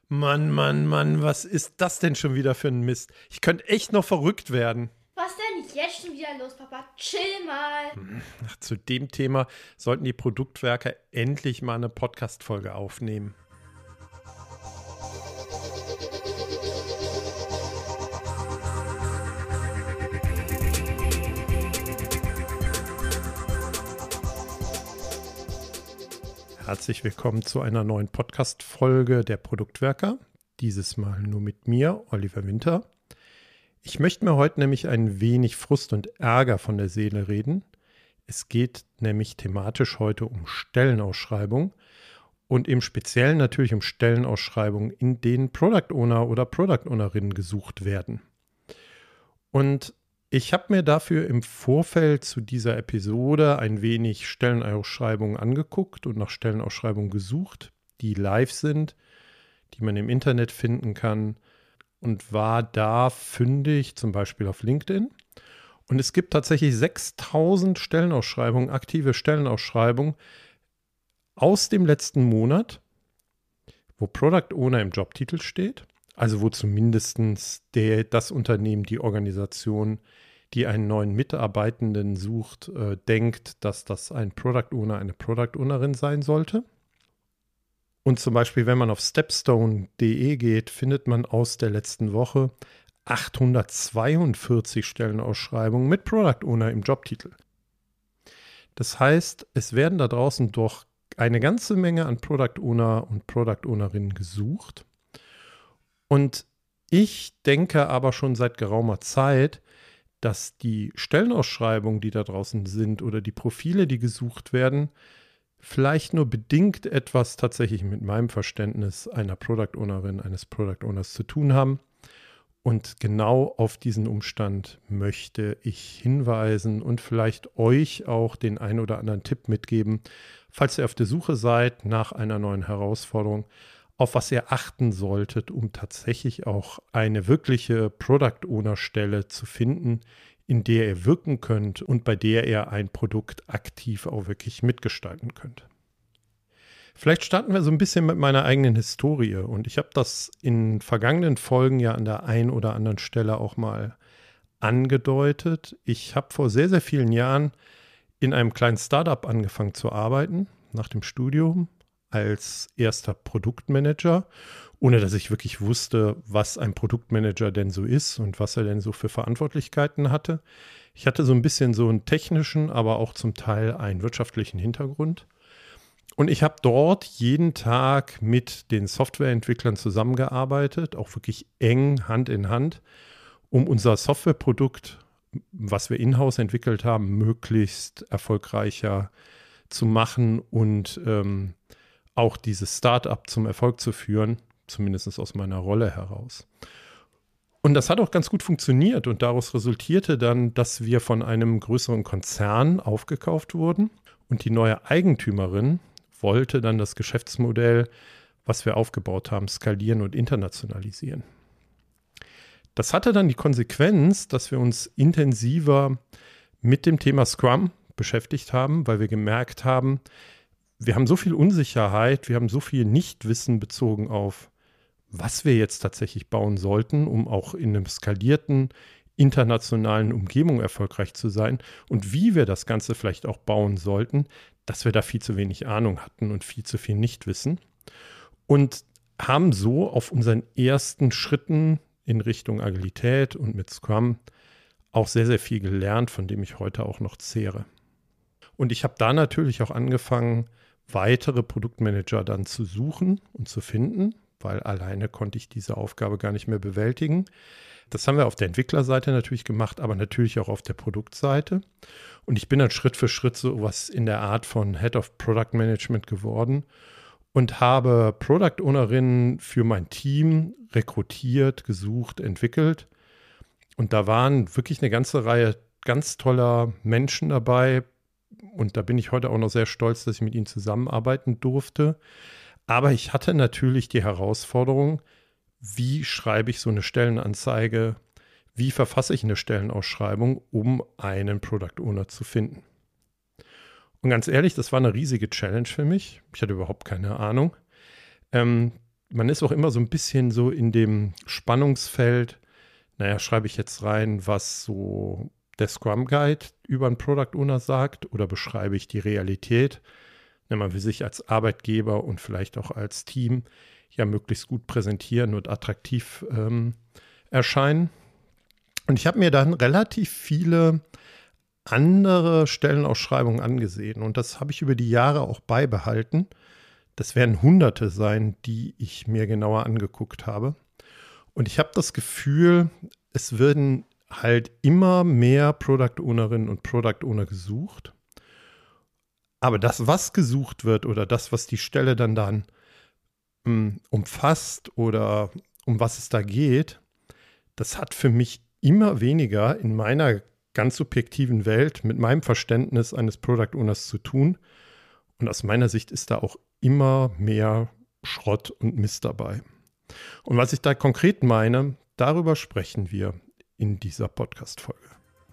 Mann, Mann, Mann, was ist das denn schon wieder für ein Mist? Ich könnte echt noch verrückt werden. Was denn ist jetzt schon wieder los, Papa? Chill mal. Ach, zu dem Thema sollten die Produktwerker endlich mal eine Podcast-Folge aufnehmen. Herzlich willkommen zu einer neuen Podcast-Folge der Produktwerker. Dieses Mal nur mit mir, Oliver Winter. Ich möchte mir heute nämlich ein wenig Frust und Ärger von der Seele reden. Es geht nämlich thematisch heute um Stellenausschreibungen und im Speziellen natürlich um Stellenausschreibungen, in denen Product Owner oder Product Ownerinnen gesucht werden. Und ich habe mir dafür im Vorfeld zu dieser Episode ein wenig Stellenausschreibungen angeguckt und nach Stellenausschreibungen gesucht, die live sind, die man im Internet finden kann und war da fündig, zum Beispiel auf LinkedIn. Und es gibt tatsächlich 6000 Stellenausschreibungen, aktive Stellenausschreibungen aus dem letzten Monat, wo Product Owner im Jobtitel steht. Also wo zumindest das Unternehmen, die Organisation, die einen neuen Mitarbeitenden sucht, denkt, dass das ein Product Owner, eine Product Ownerin sein sollte. Und zum Beispiel, wenn man auf stepstone.de geht, findet man aus der letzten Woche 842 Stellenausschreibungen mit Product Owner im Jobtitel. Das heißt, es werden da draußen doch eine ganze Menge an Product Owner und Product Ownerinnen gesucht. Und ich denke aber schon seit geraumer Zeit, dass die Stellenausschreibungen, die da draußen sind oder die Profile, die gesucht werden, vielleicht nur bedingt etwas tatsächlich mit meinem Verständnis einer Product Ownerin, eines Product Owners zu tun haben. Und genau auf diesen Umstand möchte ich hinweisen und vielleicht euch auch den ein oder anderen Tipp mitgeben, falls ihr auf der Suche seid nach einer neuen Herausforderung, auf was ihr achten solltet, um tatsächlich auch eine wirkliche Product Owner Stelle zu finden, in der ihr wirken könnt und bei der ihr ein Produkt aktiv auch wirklich mitgestalten könnt. Vielleicht starten wir so ein bisschen mit meiner eigenen Historie und ich habe das in vergangenen Folgen ja an der einen oder anderen Stelle auch mal angedeutet. Ich habe vor sehr, sehr vielen Jahren in einem kleinen Startup angefangen zu arbeiten, nach dem Studium, als erster Produktmanager, ohne dass ich wirklich wusste, was ein Produktmanager denn so ist und was er denn so für Verantwortlichkeiten hatte. Ich hatte so ein bisschen so einen technischen, aber auch zum Teil einen wirtschaftlichen Hintergrund. Und ich habe dort jeden Tag mit den Softwareentwicklern zusammengearbeitet, auch wirklich eng Hand in Hand, um unser Softwareprodukt, was wir in-house entwickelt haben, möglichst erfolgreicher zu machen und auch dieses Start-up zum Erfolg zu führen, zumindest aus meiner Rolle heraus. Und das hat auch ganz gut funktioniert und daraus resultierte dann, dass wir von einem größeren Konzern aufgekauft wurden und die neue Eigentümerin wollte dann das Geschäftsmodell, was wir aufgebaut haben, skalieren und internationalisieren. Das hatte dann die Konsequenz, dass wir uns intensiver mit dem Thema Scrum beschäftigt haben, weil wir gemerkt haben, wir haben so viel Unsicherheit, wir haben so viel Nichtwissen bezogen auf, was wir jetzt tatsächlich bauen sollten, um auch in einem skalierten, internationalen Umgebung erfolgreich zu sein und wie wir das Ganze vielleicht auch bauen sollten, dass wir da viel zu wenig Ahnung hatten und viel zu viel Nichtwissen und haben so auf unseren ersten Schritten in Richtung Agilität und mit Scrum auch sehr, sehr viel gelernt, von dem ich heute auch noch zehre. Und ich habe da natürlich auch angefangen, weitere Produktmanager dann zu suchen und zu finden, weil alleine konnte ich diese Aufgabe gar nicht mehr bewältigen. Das haben wir auf der Entwicklerseite natürlich gemacht, aber natürlich auch auf der Produktseite. Und ich bin dann Schritt für Schritt so was in der Art von Head of Product Management geworden und habe Product Ownerinnen für mein Team rekrutiert, gesucht, entwickelt. Und da waren wirklich eine ganze Reihe ganz toller Menschen dabei. Und da bin ich heute auch noch sehr stolz, dass ich mit ihnen zusammenarbeiten durfte. Aber ich hatte natürlich die Herausforderung, wie schreibe ich so eine Stellenanzeige, wie verfasse ich eine Stellenausschreibung, um einen Product Owner zu finden. Und ganz ehrlich, das war eine riesige Challenge für mich. Ich hatte überhaupt keine Ahnung. man ist auch immer so ein bisschen so in dem Spannungsfeld, schreibe ich jetzt rein, was so der Scrum Guide über einen Product Owner sagt, oder beschreibe ich die Realität? Man will sich als Arbeitgeber und vielleicht auch als Team ja möglichst gut präsentieren und attraktiv erscheinen. Und ich habe mir dann relativ viele andere Stellenausschreibungen angesehen, und das habe ich über die Jahre auch beibehalten. Das werden Hunderte sein, die ich mir genauer angeguckt habe. Und ich habe das Gefühl, es werden halt immer mehr Product Ownerinnen und Product Owner gesucht. Aber das, was gesucht wird, oder das, was die Stelle dann umfasst oder um was es da geht, das hat für mich immer weniger in meiner ganz subjektiven Welt mit meinem Verständnis eines Product Owners zu tun. Und aus meiner Sicht ist da auch immer mehr Schrott und Mist dabei. Und was ich da konkret meine, darüber sprechen wir in dieser Podcast-Folge.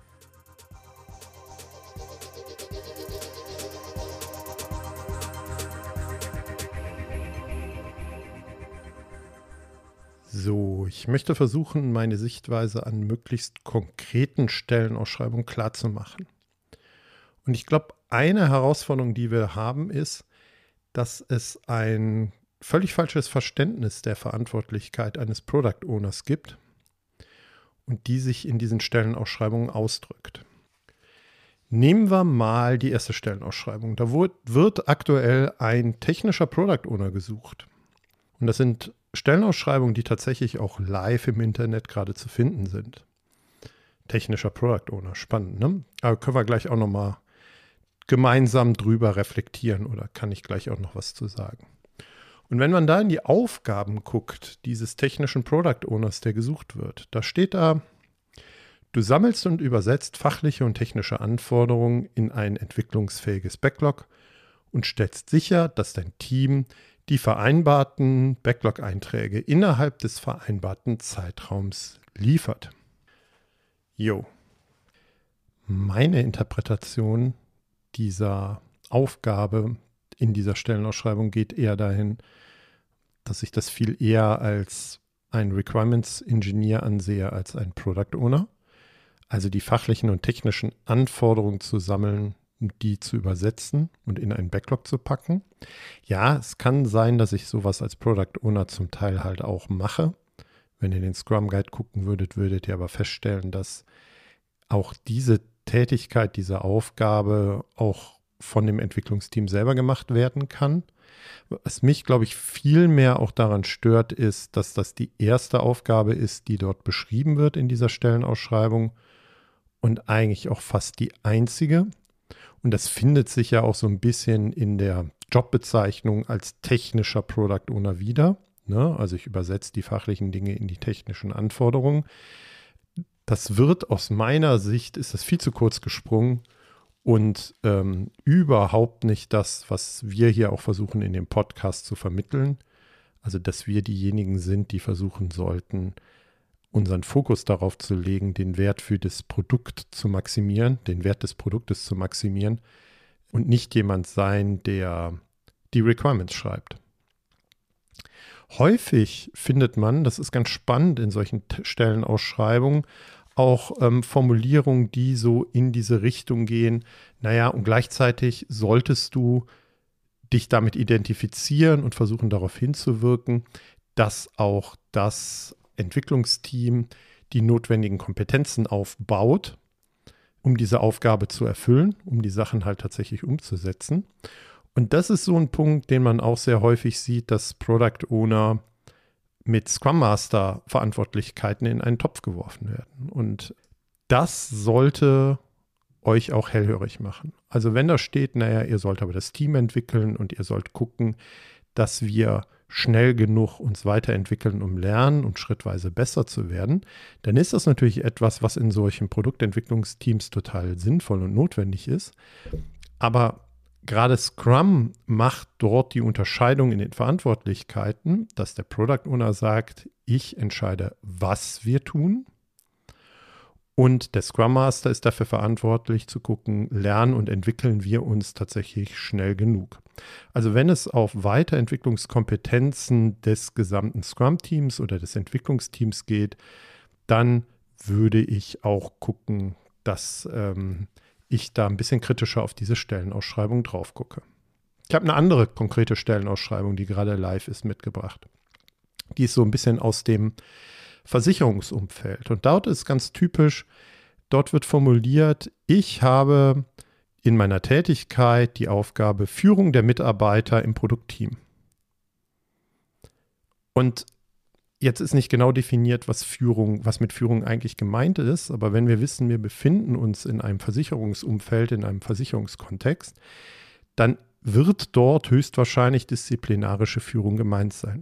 So, ich möchte versuchen, meine Sichtweise an möglichst konkreten Stellenausschreibungen klarzumachen. Und ich glaube, eine Herausforderung, die wir haben, ist, dass es ein völlig falsches Verständnis der Verantwortlichkeit eines Product Owners gibt und die sich in diesen Stellenausschreibungen ausdrückt. Nehmen wir mal die erste Stellenausschreibung. Da wird aktuell ein technischer Product Owner gesucht. Und das sind Stellenausschreibungen, die tatsächlich auch live im Internet gerade zu finden sind. Technischer Product Owner, spannend, ne? Aber können wir gleich auch nochmal gemeinsam drüber reflektieren, oder kann ich gleich auch noch was zu sagen. Und wenn man da in die Aufgaben guckt, dieses technischen Product Owners, der gesucht wird, da steht da: Du sammelst und übersetzt fachliche und technische Anforderungen in ein entwicklungsfähiges Backlog und stellst sicher, dass dein Team die vereinbarten Backlog-Einträge innerhalb des vereinbarten Zeitraums liefert. Meine Interpretation dieser Aufgabe in dieser Stellenausschreibung geht eher dahin, dass ich das viel eher als ein Requirements Engineer ansehe als ein Product Owner. Also die fachlichen und technischen Anforderungen zu sammeln, die zu übersetzen und in einen Backlog zu packen. Ja, es kann sein, dass ich sowas als Product Owner zum Teil halt auch mache. Wenn ihr den Scrum Guide gucken würdet, würdet ihr aber feststellen, dass auch diese Tätigkeit, diese Aufgabe auch von dem Entwicklungsteam selber gemacht werden kann. Was mich, glaube ich, viel mehr auch daran stört, ist, dass das die erste Aufgabe ist, die dort beschrieben wird in dieser Stellenausschreibung und eigentlich auch fast die einzige. Und das findet sich ja auch so ein bisschen in der Jobbezeichnung als technischer Product Owner wieder. Ne? Also ich übersetze die fachlichen Dinge in die technischen Anforderungen. Das wird aus meiner Sicht, ist das viel zu kurz gesprungen und überhaupt nicht das, was wir hier auch versuchen in dem Podcast zu vermitteln. Also dass wir diejenigen sind, die versuchen sollten, unseren Fokus darauf zu legen, den Wert für das Produkt zu maximieren, den Wert des Produktes zu maximieren und nicht jemand sein, der die Requirements schreibt. Häufig findet man, das ist ganz spannend in solchen Stellenausschreibungen, auch Formulierungen, die so in diese Richtung gehen. Und gleichzeitig solltest du dich damit identifizieren und versuchen darauf hinzuwirken, dass auch das Entwicklungsteam die notwendigen Kompetenzen aufbaut, um diese Aufgabe zu erfüllen, um die Sachen halt tatsächlich umzusetzen. Und das ist so ein Punkt, den man auch sehr häufig sieht, dass Product Owner mit Scrum Master Verantwortlichkeiten in einen Topf geworfen werden. Und das sollte euch auch hellhörig machen. Also wenn da steht, ihr sollt aber das Team entwickeln und ihr sollt gucken, dass wir schnell genug uns weiterentwickeln, um lernen und schrittweise besser zu werden, dann ist das natürlich etwas, was in solchen Produktentwicklungsteams total sinnvoll und notwendig ist. Aber gerade Scrum macht dort die Unterscheidung in den Verantwortlichkeiten, dass der Product Owner sagt, ich entscheide, was wir tun Und der Scrum Master ist dafür verantwortlich zu gucken, lernen und entwickeln wir uns tatsächlich schnell genug. Also wenn es auf Weiterentwicklungskompetenzen des gesamten Scrum-Teams oder des Entwicklungsteams geht, dann würde ich auch gucken, dass ich da ein bisschen kritischer auf diese Stellenausschreibung drauf gucke. Ich habe eine andere konkrete Stellenausschreibung, die gerade live ist, mitgebracht. Die ist so ein bisschen aus dem Versicherungsumfeld. Und dort ist ganz typisch, dort wird formuliert, ich habe in meiner Tätigkeit die Aufgabe Führung der Mitarbeiter im Produktteam. Und jetzt ist nicht genau definiert, was mit Führung eigentlich gemeint ist, aber wenn wir wissen, wir befinden uns in einem Versicherungsumfeld, in einem Versicherungskontext, dann wird dort höchstwahrscheinlich disziplinarische Führung gemeint sein.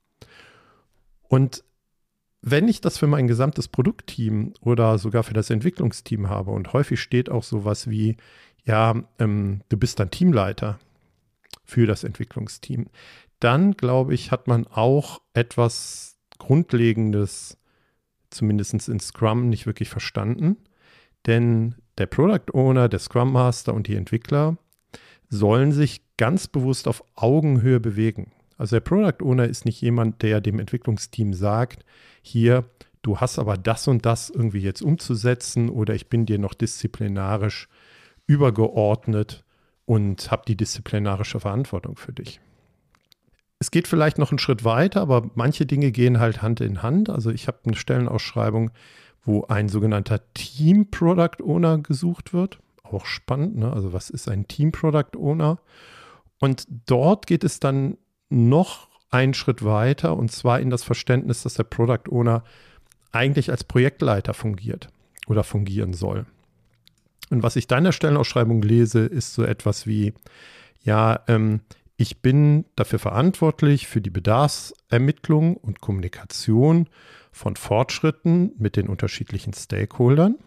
Und wenn ich das für mein gesamtes Produktteam oder sogar für das Entwicklungsteam habe und häufig steht auch sowas wie, ja, du bist dann Teamleiter für das Entwicklungsteam, dann glaube ich, hat man auch etwas Grundlegendes, zumindest in Scrum, nicht wirklich verstanden. Denn der Product Owner, der Scrum Master und die Entwickler sollen sich ganz bewusst auf Augenhöhe bewegen. Also der Product Owner ist nicht jemand, der dem Entwicklungsteam sagt, hier, du hast aber das und das irgendwie jetzt umzusetzen oder ich bin dir noch disziplinarisch übergeordnet und habe die disziplinarische Verantwortung für dich. Es geht vielleicht noch einen Schritt weiter, aber manche Dinge gehen halt Hand in Hand. Also ich habe eine Stellenausschreibung, wo ein sogenannter Team Product Owner gesucht wird. Auch spannend, ne? Also was ist ein Team Product Owner? Und dort geht es dann noch einen Schritt weiter und zwar in das Verständnis, dass der Product Owner eigentlich als Projektleiter fungiert oder fungieren soll. Und was ich da in der Stellenausschreibung lese, ist so etwas wie, ja, ich bin dafür verantwortlich für die Bedarfsermittlung und Kommunikation von Fortschritten mit den unterschiedlichen Stakeholdern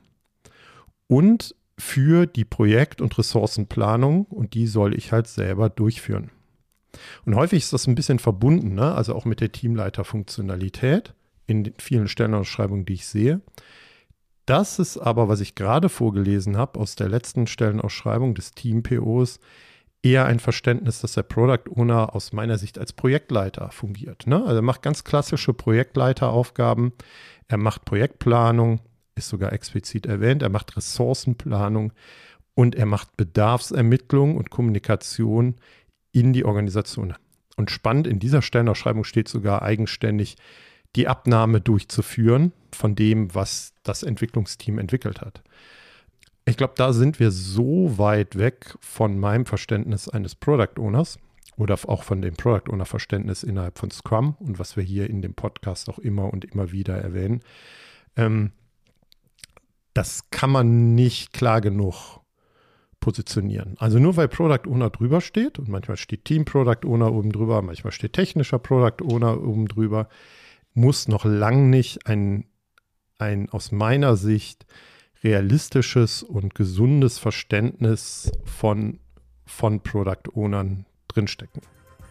und für die Projekt- und Ressourcenplanung und die soll ich halt selber durchführen. Und häufig ist das ein bisschen verbunden, ne? Also auch mit der Teamleiter-Funktionalität in den vielen Stellenausschreibungen, die ich sehe. Das ist aber, was ich gerade vorgelesen habe aus der letzten Stellenausschreibung des Team-POs, eher ein Verständnis, dass der Product Owner aus meiner Sicht als Projektleiter fungiert. Ne? Also er macht ganz klassische Projektleiteraufgaben, er macht Projektplanung, ist sogar explizit erwähnt, er macht Ressourcenplanung und er macht Bedarfsermittlung und Kommunikation in die Organisation. Und spannend, in dieser Stellenausschreibung steht sogar eigenständig, die Abnahme durchzuführen von dem, was das Entwicklungsteam entwickelt hat. Ich glaube, da sind wir so weit weg von meinem Verständnis eines Product Owners oder auch von dem Product Owner Verständnis innerhalb von Scrum und was wir hier in dem Podcast auch immer und immer wieder erwähnen. Das kann man nicht klar genug positionieren. Also nur weil Product Owner drüber steht und manchmal steht Team Product Owner oben drüber, manchmal steht technischer Product Owner oben drüber, muss noch lang nicht ein aus meiner Sicht realistisches und gesundes Verständnis von Product Ownern drinstecken.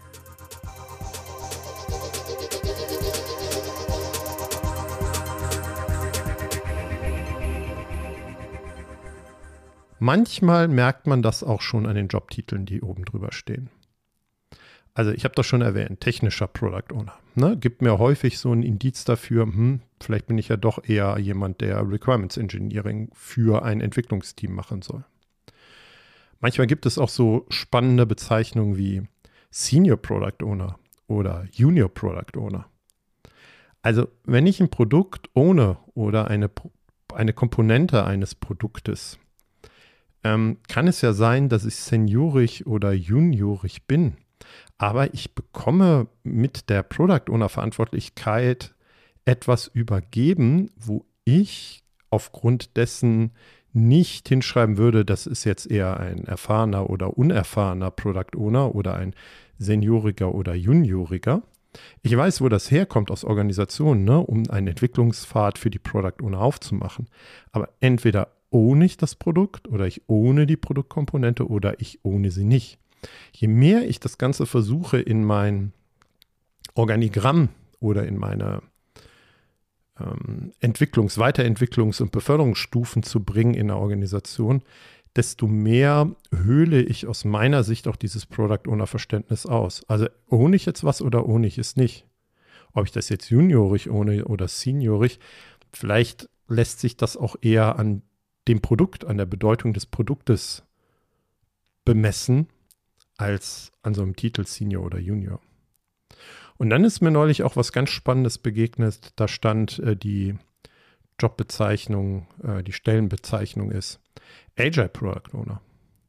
Manchmal merkt man das auch schon an den Jobtiteln, die oben drüber stehen. Also ich habe das schon erwähnt, technischer Product Owner. Ne? Gibt mir häufig so ein Indiz dafür, vielleicht bin ich ja doch eher jemand, der Requirements Engineering für ein Entwicklungsteam machen soll. Manchmal gibt es auch so spannende Bezeichnungen wie Senior Product Owner oder Junior Product Owner. Also wenn ich ein Produkt ohne oder eine Komponente eines Produktes, kann es ja sein, dass ich seniorig oder juniorig bin. Aber ich bekomme mit der Product Owner Verantwortlichkeit etwas übergeben, wo ich aufgrund dessen nicht hinschreiben würde, das ist jetzt eher ein erfahrener oder unerfahrener Product Owner oder ein senioriger oder junioriger. Ich weiß, wo das herkommt aus Organisationen, ne, um einen Entwicklungspfad für die Product Owner aufzumachen. Aber entweder ohne ich das Produkt oder ich ohne die Produktkomponente oder ich ohne sie nicht. Je mehr ich das Ganze versuche in mein Organigramm oder in meine Weiterentwicklungs- und Beförderungsstufen zu bringen in der Organisation, desto mehr höhle ich aus meiner Sicht auch dieses Product Owner Verständnis aus. Also ohne ich jetzt was oder ohne ich es nicht. Ob ich das jetzt juniorig ohne oder seniorig, vielleicht lässt sich das auch eher an dem Produkt, an der Bedeutung des Produktes bemessen, als an so einem Titel Senior oder Junior. Und dann ist mir neulich auch was ganz Spannendes begegnet. Da stand die Jobbezeichnung, die Stellenbezeichnung ist Agile Product Owner.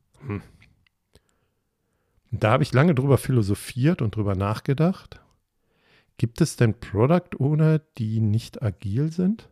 Da habe ich lange drüber philosophiert und drüber nachgedacht. Gibt es denn Product Owner, die nicht agil sind?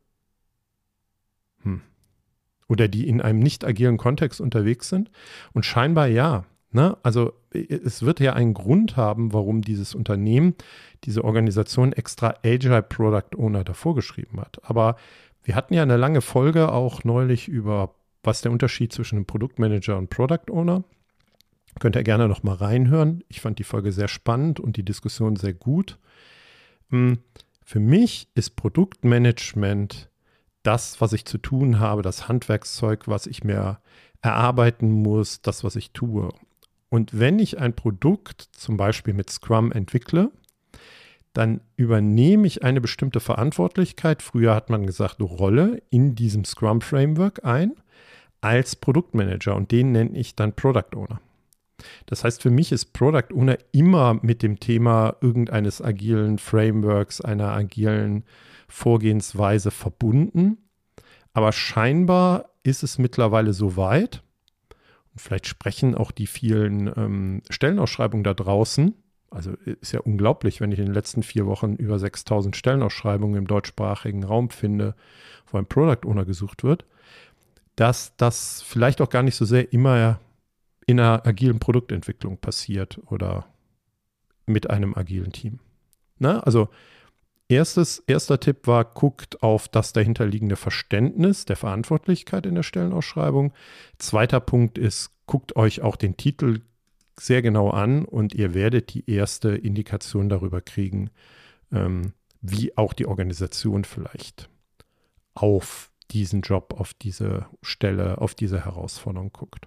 Oder die in einem nicht agilen Kontext unterwegs sind? Und scheinbar ja. Ne? Also es wird ja einen Grund haben, warum dieses Unternehmen, diese Organisation extra Agile Product Owner davor geschrieben hat. Aber wir hatten ja eine lange Folge auch neulich über, was der Unterschied zwischen einem Produktmanager und Product Owner. Könnt ihr gerne noch mal reinhören. Ich fand die Folge sehr spannend und die Diskussion sehr gut. Für mich ist Produktmanagement das, was ich zu tun habe, das Handwerkszeug, was ich mir erarbeiten muss, das, was ich tue. Und wenn ich ein Produkt zum Beispiel mit Scrum entwickle, dann übernehme ich eine bestimmte Verantwortlichkeit, früher hat man gesagt Rolle, in diesem Scrum-Framework ein, als Produktmanager und den nenne ich dann Product Owner. Das heißt, für mich ist Product Owner immer mit dem Thema irgendeines agilen Frameworks, einer agilen Vorgehensweise verbunden. Aber scheinbar ist es mittlerweile so weit, und vielleicht sprechen auch die vielen Stellenausschreibungen da draußen, also ist ja unglaublich, wenn ich in den letzten 4 Wochen über 6.000 Stellenausschreibungen im deutschsprachigen Raum finde, wo ein Product Owner gesucht wird, dass das vielleicht auch gar nicht so sehr immer in einer agilen Produktentwicklung passiert oder mit einem agilen Team. Na, also erster Tipp war, guckt auf das dahinterliegende Verständnis der Verantwortlichkeit in der Stellenausschreibung. Zweiter Punkt ist, guckt euch auch den Titel sehr genau an und ihr werdet die erste Indikation darüber kriegen, wie auch die Organisation vielleicht auf diesen Job, auf diese Stelle, auf diese Herausforderung guckt.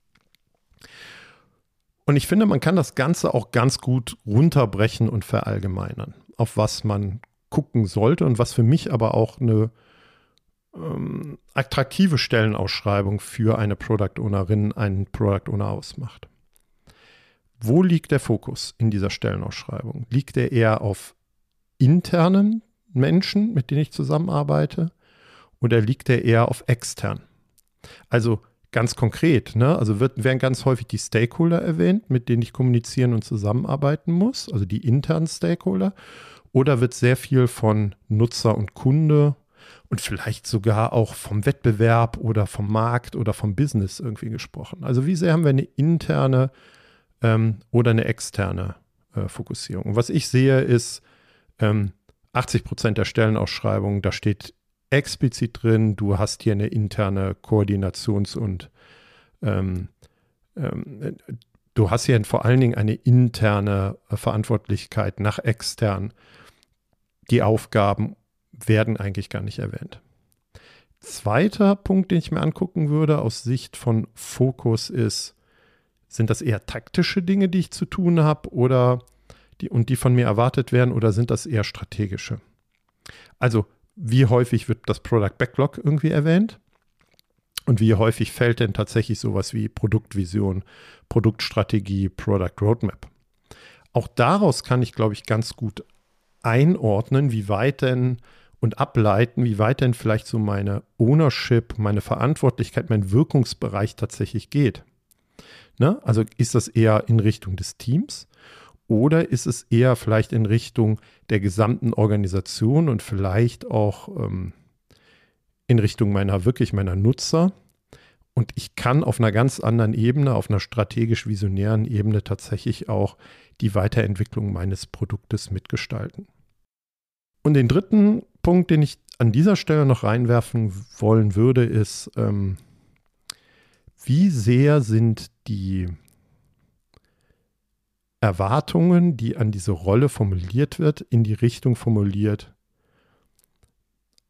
Und ich finde, man kann das Ganze auch ganz gut runterbrechen und verallgemeinern, auf was man gucken sollte und was für mich aber auch eine attraktive Stellenausschreibung für eine Product Ownerin, einen Product Owner ausmacht. Wo liegt der Fokus in dieser Stellenausschreibung? Liegt er eher auf internen Menschen, mit denen ich zusammenarbeite, oder liegt er eher auf extern? Also ganz konkret, ne? Also werden ganz häufig die Stakeholder erwähnt, mit denen ich kommunizieren und zusammenarbeiten muss, also die internen Stakeholder, oder wird sehr viel von Nutzer und Kunde und vielleicht sogar auch vom Wettbewerb oder vom Markt oder vom Business irgendwie gesprochen? Also wie sehr haben wir eine interne oder eine externe Fokussierung? Und was ich sehe ist 80% der Stellenausschreibungen, da steht explizit drin, du hast hier eine interne Koordinations- und du hast hier vor allen Dingen eine interne Verantwortlichkeit nach extern. Die Aufgaben werden eigentlich gar nicht erwähnt. Zweiter Punkt, den ich mir angucken würde aus Sicht von Fokus ist, sind das eher taktische Dinge, die ich zu tun habe oder die von mir erwartet werden, oder sind das eher strategische? Also wie häufig wird das Product Backlog irgendwie erwähnt? Und wie häufig fällt denn tatsächlich sowas wie Produktvision, Produktstrategie, Product Roadmap? Auch daraus kann ich, glaube ich, ganz gut einordnen, wie weit denn und ableiten, wie weit denn vielleicht so meine Ownership, meine Verantwortlichkeit, mein Wirkungsbereich tatsächlich geht. Ne? Also ist das eher in Richtung des Teams oder ist es eher vielleicht in Richtung der gesamten Organisation und vielleicht auch in Richtung meiner Nutzer? Und ich kann auf einer ganz anderen Ebene, auf einer strategisch-visionären Ebene tatsächlich auch die Weiterentwicklung meines Produktes mitgestalten. Und den dritten Punkt, den ich an dieser Stelle noch reinwerfen wollen würde, ist, wie sehr sind die Erwartungen, die an diese Rolle formuliert wird, in die Richtung formuliert,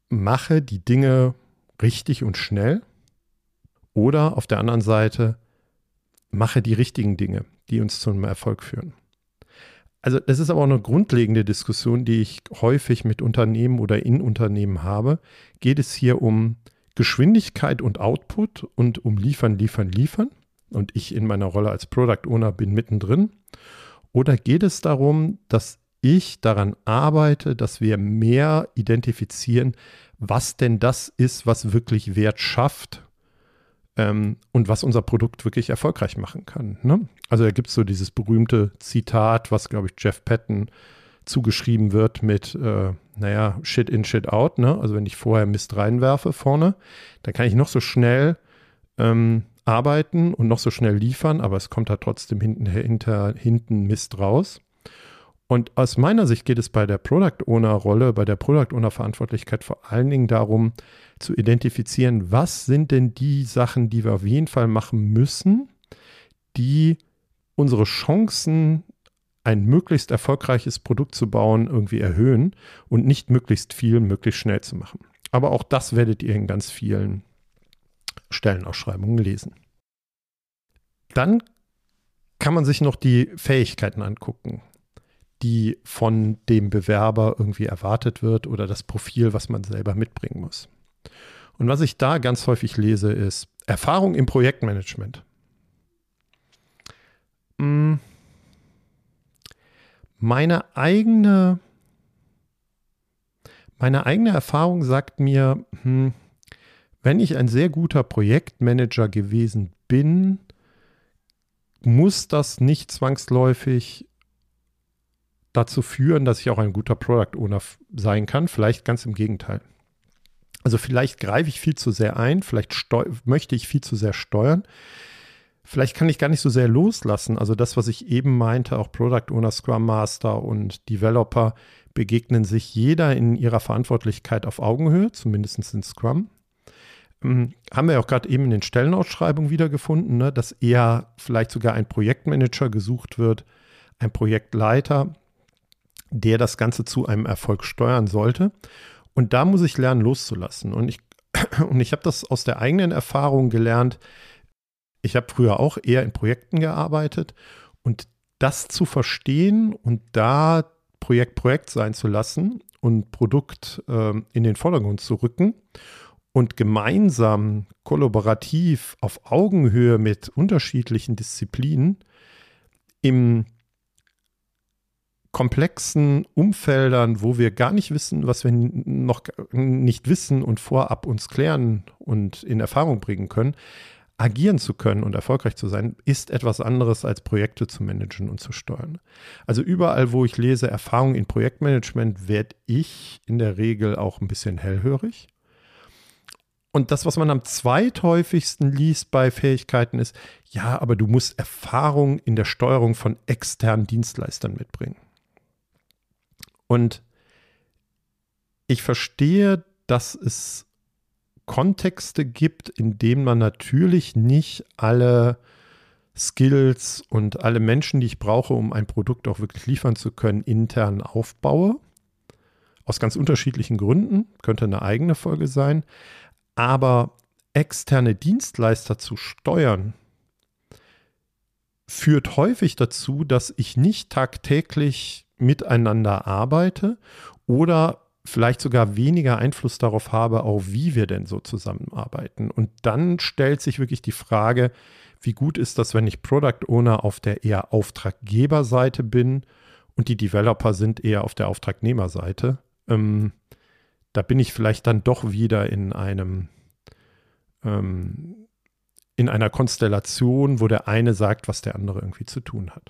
mache die Dinge richtig und schnell oder auf der anderen Seite mache die richtigen Dinge, die uns zu einem Erfolg führen. Also das ist aber auch eine grundlegende Diskussion, die ich häufig mit Unternehmen oder in Unternehmen habe. Geht es hier um Geschwindigkeit und Output und um Liefern, Liefern, Liefern? Und ich in meiner Rolle als Product Owner bin mittendrin. Oder geht es darum, dass ich daran arbeite, dass wir mehr identifizieren, was denn das ist, was wirklich Wert schafft und was unser Produkt wirklich erfolgreich machen kann. Ne? Also da gibt es so dieses berühmte Zitat, was, glaube ich, Jeff Patton zugeschrieben wird mit, Shit in, Shit out. Ne? Also wenn ich vorher Mist reinwerfe vorne, dann kann ich noch so schnell arbeiten und noch so schnell liefern, aber es kommt da trotzdem hinten Mist raus. Und aus meiner Sicht geht es bei der Product Owner Rolle, bei der Product Owner Verantwortlichkeit vor allen Dingen darum, zu identifizieren, was sind denn die Sachen, die wir auf jeden Fall machen müssen, die unsere Chancen, ein möglichst erfolgreiches Produkt zu bauen, irgendwie erhöhen und nicht möglichst viel, möglichst schnell zu machen. Aber auch das werdet ihr in ganz vielen Stellenausschreibungen lesen. Dann kann man sich noch die Fähigkeiten angucken, die von dem Bewerber irgendwie erwartet wird oder das Profil, was man selber mitbringen muss. Und was ich da ganz häufig lese, ist Erfahrung im Projektmanagement. Meine eigene Erfahrung sagt mir, wenn ich ein sehr guter Projektmanager gewesen bin, muss das nicht zwangsläufig dazu führen, dass ich auch ein guter Product Owner sein kann. Vielleicht ganz im Gegenteil. Also vielleicht greife ich viel zu sehr ein, vielleicht möchte ich viel zu sehr steuern. Vielleicht kann ich gar nicht so sehr loslassen. Also das, was ich eben meinte, auch Product Owner, Scrum Master und Developer begegnen sich jeder in ihrer Verantwortlichkeit auf Augenhöhe, zumindest in Scrum. Haben wir auch gerade eben in den Stellenausschreibungen wiedergefunden, ne, dass eher vielleicht sogar ein Projektmanager gesucht wird, ein Projektleiter, der das Ganze zu einem Erfolg steuern sollte. Und da muss ich lernen, loszulassen. Und ich habe das aus der eigenen Erfahrung gelernt. Ich habe früher auch eher in Projekten gearbeitet. Und das zu verstehen und da Projekt sein zu lassen und Produkt in den Vordergrund zu rücken und gemeinsam, kollaborativ, auf Augenhöhe mit unterschiedlichen Disziplinen im komplexen Umfeldern, wo wir gar nicht wissen, was wir noch nicht wissen und vorab uns klären und in Erfahrung bringen können, agieren zu können und erfolgreich zu sein, ist etwas anderes als Projekte zu managen und zu steuern. Also überall, wo ich lese Erfahrung in Projektmanagement, werde ich in der Regel auch ein bisschen hellhörig. Und das, was man am zweithäufigsten liest bei Fähigkeiten ist, ja, aber du musst Erfahrung in der Steuerung von externen Dienstleistern mitbringen. Und ich verstehe, dass es Kontexte gibt, in denen man natürlich nicht alle Skills und alle Menschen, die ich brauche, um ein Produkt auch wirklich liefern zu können, intern aufbaue. Aus ganz unterschiedlichen Gründen, könnte eine eigene Folge sein. Aber externe Dienstleister zu steuern, führt häufig dazu, dass ich nicht tagtäglich miteinander arbeite oder vielleicht sogar weniger Einfluss darauf habe, auch wie wir denn so zusammenarbeiten. Und dann stellt sich wirklich die Frage, wie gut ist das, wenn ich Product Owner auf der eher Auftraggeberseite bin und die Developer sind eher auf der Auftragnehmerseite. Da bin ich vielleicht dann doch wieder in einer Konstellation, wo der eine sagt, was der andere irgendwie zu tun hat.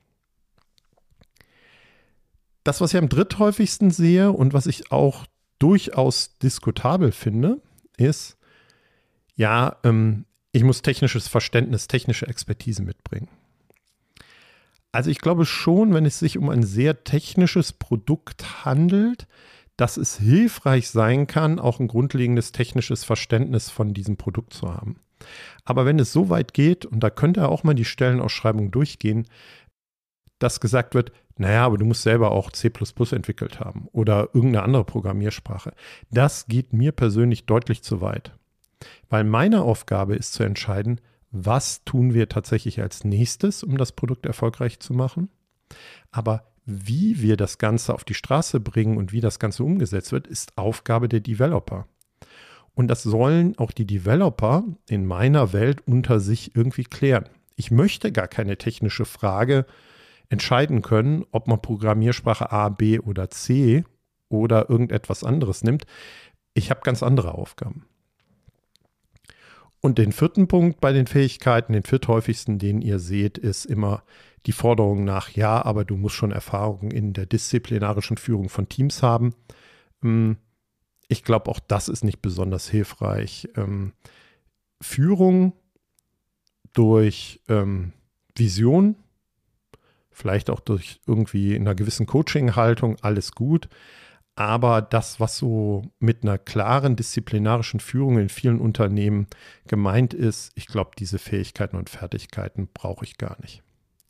Das, was ich am dritthäufigsten sehe und was ich auch durchaus diskutabel finde, ist, ja, ich muss technisches Verständnis, technische Expertise mitbringen. Also ich glaube schon, wenn es sich um ein sehr technisches Produkt handelt, dass es hilfreich sein kann, auch ein grundlegendes technisches Verständnis von diesem Produkt zu haben. Aber wenn es so weit geht, und da könnte auch mal die Stellenausschreibung durchgehen, dass gesagt wird, naja, aber du musst selber auch C++ entwickelt haben oder irgendeine andere Programmiersprache. Das geht mir persönlich deutlich zu weit. Weil meine Aufgabe ist zu entscheiden, was tun wir tatsächlich als nächstes, um das Produkt erfolgreich zu machen. Aber wie wir das Ganze auf die Straße bringen und wie das Ganze umgesetzt wird, ist Aufgabe der Developer. Und das sollen auch die Developer in meiner Welt unter sich irgendwie klären. Ich möchte gar keine technische Frage entscheiden können, ob man Programmiersprache A, B oder C oder irgendetwas anderes nimmt. Ich habe ganz andere Aufgaben. Und den vierten Punkt bei den Fähigkeiten, den vierthäufigsten, den ihr seht, ist immer die Forderung nach, ja, aber du musst schon Erfahrung in der disziplinarischen Führung von Teams haben. Ich glaube, auch das ist nicht besonders hilfreich. Führung durch Vision, vielleicht auch durch irgendwie in einer gewissen Coaching-Haltung, alles gut. Aber das, was so mit einer klaren disziplinarischen Führung in vielen Unternehmen gemeint ist, ich glaube, diese Fähigkeiten und Fertigkeiten brauche ich gar nicht.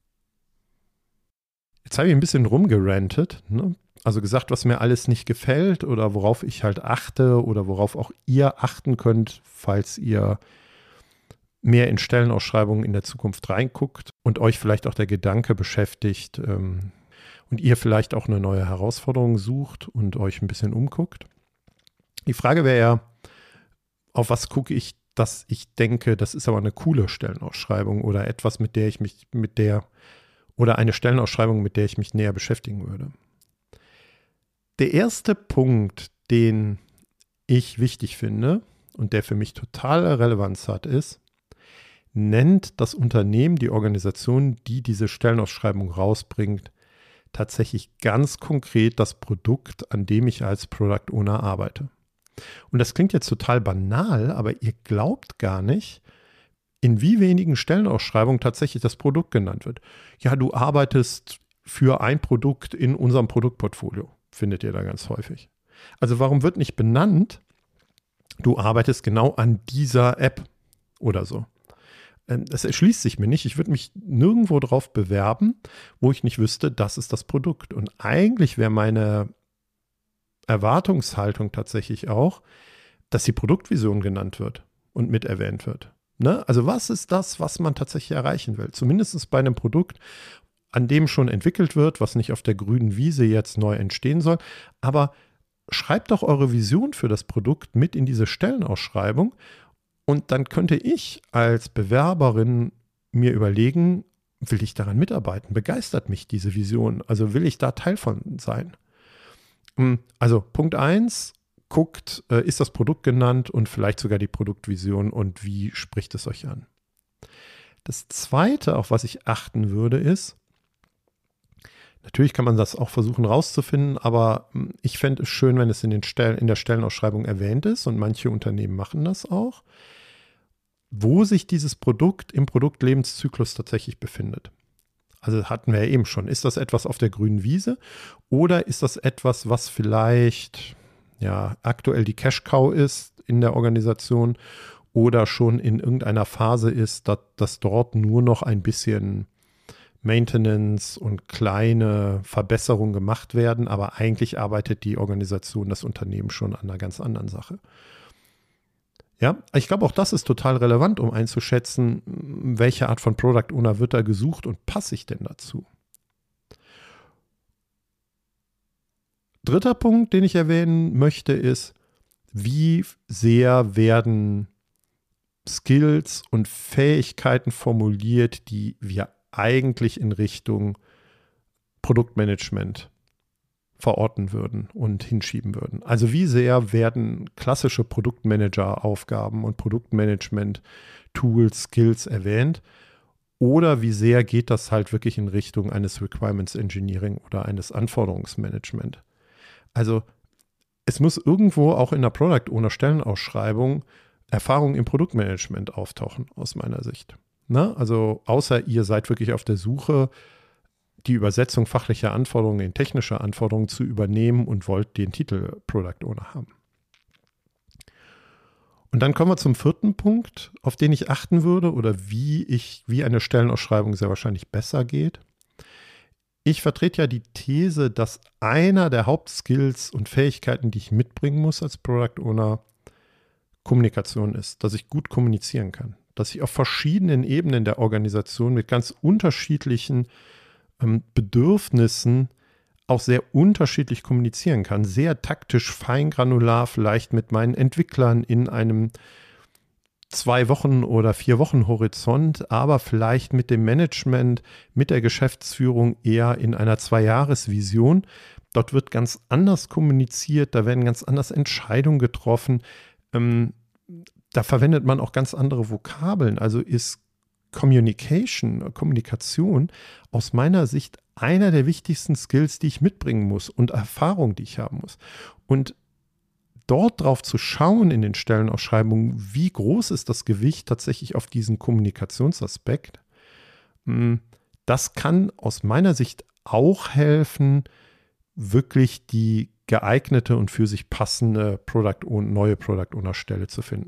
Jetzt habe ich ein bisschen rumgerantet, ne? Also gesagt, was mir alles nicht gefällt oder worauf ich halt achte oder worauf auch ihr achten könnt, falls ihr mehr in Stellenausschreibungen in der Zukunft reinguckt und euch vielleicht auch der Gedanke beschäftigt und ihr vielleicht auch eine neue Herausforderung sucht und euch ein bisschen umguckt. Die Frage wäre ja, auf was gucke ich, dass ich denke, das ist aber eine coole Stellenausschreibung oder etwas, oder eine Stellenausschreibung, mit der ich mich näher beschäftigen würde. Der erste Punkt, den ich wichtig finde und der für mich totale Relevanz hat, ist, nennt das Unternehmen, die Organisation, die diese Stellenausschreibung rausbringt, tatsächlich ganz konkret das Produkt, an dem ich als Product Owner arbeite. Und das klingt jetzt total banal, aber ihr glaubt gar nicht, in wie wenigen Stellenausschreibungen tatsächlich das Produkt genannt wird. Ja, du arbeitest für ein Produkt in unserem Produktportfolio, findet ihr da ganz häufig. Also warum wird nicht benannt, du arbeitest genau an dieser App oder so? Das erschließt sich mir nicht. Ich würde mich nirgendwo drauf bewerben, wo ich nicht wüsste, das ist das Produkt. Und eigentlich wäre meine Erwartungshaltung tatsächlich auch, dass die Produktvision genannt wird und mit erwähnt wird. Ne? Also was ist das, was man tatsächlich erreichen will? Zumindest bei einem Produkt, an dem schon entwickelt wird, was nicht auf der grünen Wiese jetzt neu entstehen soll. Aber schreibt doch eure Vision für das Produkt mit in diese Stellenausschreibung. Und dann könnte ich als Bewerberin mir überlegen, will ich daran mitarbeiten? Begeistert mich diese Vision? Also will ich da Teil von sein? Also Punkt 1, guckt, ist das Produkt genannt und vielleicht sogar die Produktvision und wie spricht es euch an? Das Zweite, auf was ich achten würde, ist, natürlich kann man das auch versuchen rauszufinden, aber ich fände es schön, wenn es in der Stellenausschreibung erwähnt ist und manche Unternehmen machen das auch, wo sich dieses Produkt im Produktlebenszyklus tatsächlich befindet. Also hatten wir ja eben schon. Ist das etwas auf der grünen Wiese oder ist das etwas, was vielleicht aktuell die Cash-Cow ist in der Organisation oder schon in irgendeiner Phase ist, dass dort nur noch ein bisschen Maintenance und kleine Verbesserungen gemacht werden, aber eigentlich arbeitet die Organisation, das Unternehmen schon an einer ganz anderen Sache. Ja, ich glaube, auch das ist total relevant, um einzuschätzen, welche Art von Product Owner wird da gesucht und passe ich denn dazu? Dritter Punkt, den ich erwähnen möchte, ist, wie sehr werden Skills und Fähigkeiten formuliert, die wir eigentlich in Richtung Produktmanagement verorten würden und hinschieben würden. Also wie sehr werden klassische Produktmanager-Aufgaben und Produktmanagement-Tools, Skills erwähnt oder wie sehr geht das halt wirklich in Richtung eines Requirements Engineering oder eines Anforderungsmanagement. Also es muss irgendwo auch in der Product Owner Stellenausschreibung Erfahrung im Produktmanagement auftauchen, aus meiner Sicht. Na, also außer ihr seid wirklich auf der Suche, die Übersetzung fachlicher Anforderungen in technische Anforderungen zu übernehmen und wollt den Titel Product Owner haben. Und dann kommen wir zum vierten Punkt, auf den ich achten würde oder wie eine Stellenausschreibung sehr wahrscheinlich besser geht, Ich vertrete ja die These, dass einer der Hauptskills und Fähigkeiten, die ich mitbringen muss als Product Owner, Kommunikation ist, dass ich gut kommunizieren kann, dass ich auf verschiedenen Ebenen der Organisation mit ganz unterschiedlichen Bedürfnissen auch sehr unterschiedlich kommunizieren kann, sehr taktisch, feingranular, vielleicht mit meinen Entwicklern in einem 2 Wochen oder 4 Wochen Horizont, aber vielleicht mit dem Management, mit der Geschäftsführung eher in einer 2-Jahres-Vision. Dort wird ganz anders kommuniziert, da werden ganz anders Entscheidungen getroffen. Da verwendet man auch ganz andere Vokabeln. Also ist Kommunikation aus meiner Sicht einer der wichtigsten Skills, die ich mitbringen muss und Erfahrung, die ich haben muss. Und dort drauf zu schauen in den Stellenausschreibungen, wie groß ist das Gewicht tatsächlich auf diesen Kommunikationsaspekt, das kann aus meiner Sicht auch helfen, wirklich die geeignete und für sich passende neue Product Owner Stelle zu finden.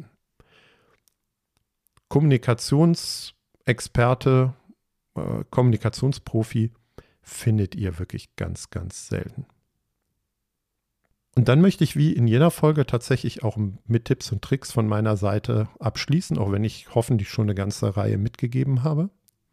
Kommunikationsexperte, Kommunikationsprofi findet ihr wirklich ganz, ganz selten. Und dann möchte ich wie in jeder Folge tatsächlich auch mit Tipps und Tricks von meiner Seite abschließen, auch wenn ich hoffentlich schon eine ganze Reihe mitgegeben habe.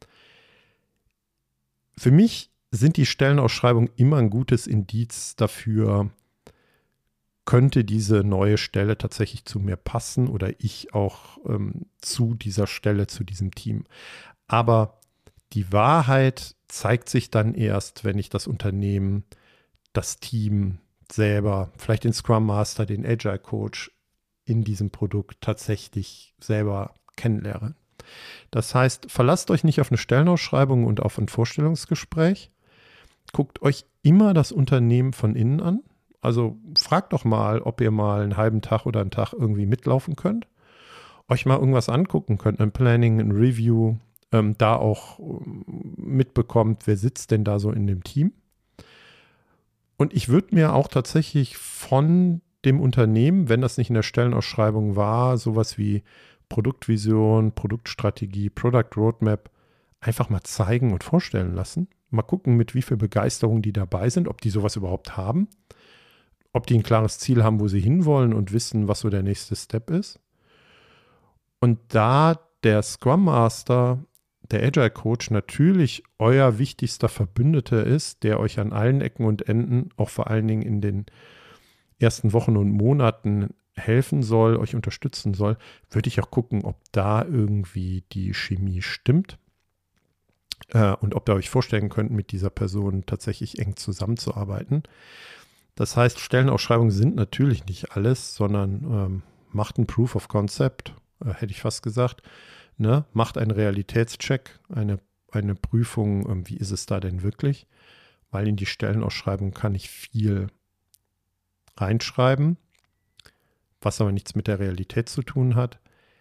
Für mich sind die Stellenausschreibungen immer ein gutes Indiz dafür, könnte diese neue Stelle tatsächlich zu mir passen oder ich auch zu dieser Stelle, zu diesem Team. Aber die Wahrheit zeigt sich dann erst, wenn ich das Unternehmen, das Team selber, vielleicht den Scrum Master, den Agile Coach in diesem Produkt tatsächlich selber kennenlerne. Das heißt, verlasst euch nicht auf eine Stellenausschreibung und auf ein Vorstellungsgespräch. Guckt euch immer das Unternehmen von innen an. Also fragt doch mal, ob ihr mal einen halben Tag oder einen Tag irgendwie mitlaufen könnt. Euch mal irgendwas angucken könnt, ein Planning, ein Review, da auch mitbekommt, wer sitzt denn da so in dem Team. Und ich würde mir auch tatsächlich von dem Unternehmen, wenn das nicht in der Stellenausschreibung war, sowas wie Produktvision, Produktstrategie, Product Roadmap einfach mal zeigen und vorstellen lassen. Mal gucken, mit wie viel Begeisterung die dabei sind, ob die sowas überhaupt haben, ob die ein klares Ziel haben, wo sie hinwollen und wissen, was so der nächste Step ist. Und da der Scrum Master, der Agile Coach natürlich euer wichtigster Verbündeter ist, der euch an allen Ecken und Enden, auch vor allen Dingen in den ersten Wochen und Monaten helfen soll, euch unterstützen soll, würde ich auch gucken, ob da irgendwie die Chemie stimmt und ob ihr euch vorstellen könnt, mit dieser Person tatsächlich eng zusammenzuarbeiten. Das heißt, Stellenausschreibungen sind natürlich nicht alles, sondern macht ein Proof of Concept, hätte ich fast gesagt. Ne? Macht einen Realitätscheck, eine Prüfung, wie ist es da denn wirklich? Weil in die Stellenausschreibung kann ich viel reinschreiben, was aber nichts mit der Realität zu tun hat.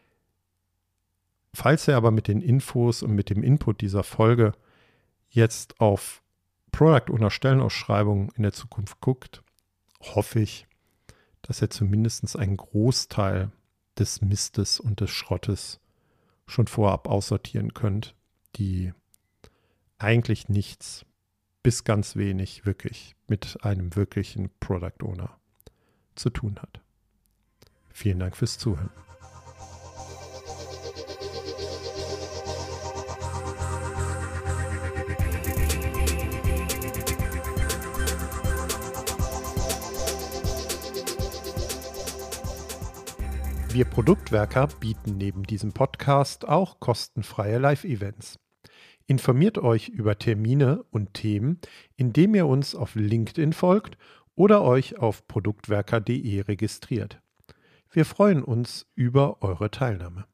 Falls ihr aber mit den Infos und mit dem Input dieser Folge jetzt auf Product Owner Stellenausschreibungen in der Zukunft guckt, hoffe ich, dass ihr zumindest einen Großteil des Mistes und des Schrottes schon vorab aussortieren könnt, die eigentlich nichts bis ganz wenig wirklich mit einem wirklichen Product Owner zu tun hat. Vielen Dank fürs Zuhören. Wir Produktwerker bieten neben diesem Podcast auch kostenfreie Live-Events. Informiert euch über Termine und Themen, indem ihr uns auf LinkedIn folgt oder euch auf produktwerker.de registriert. Wir freuen uns über eure Teilnahme.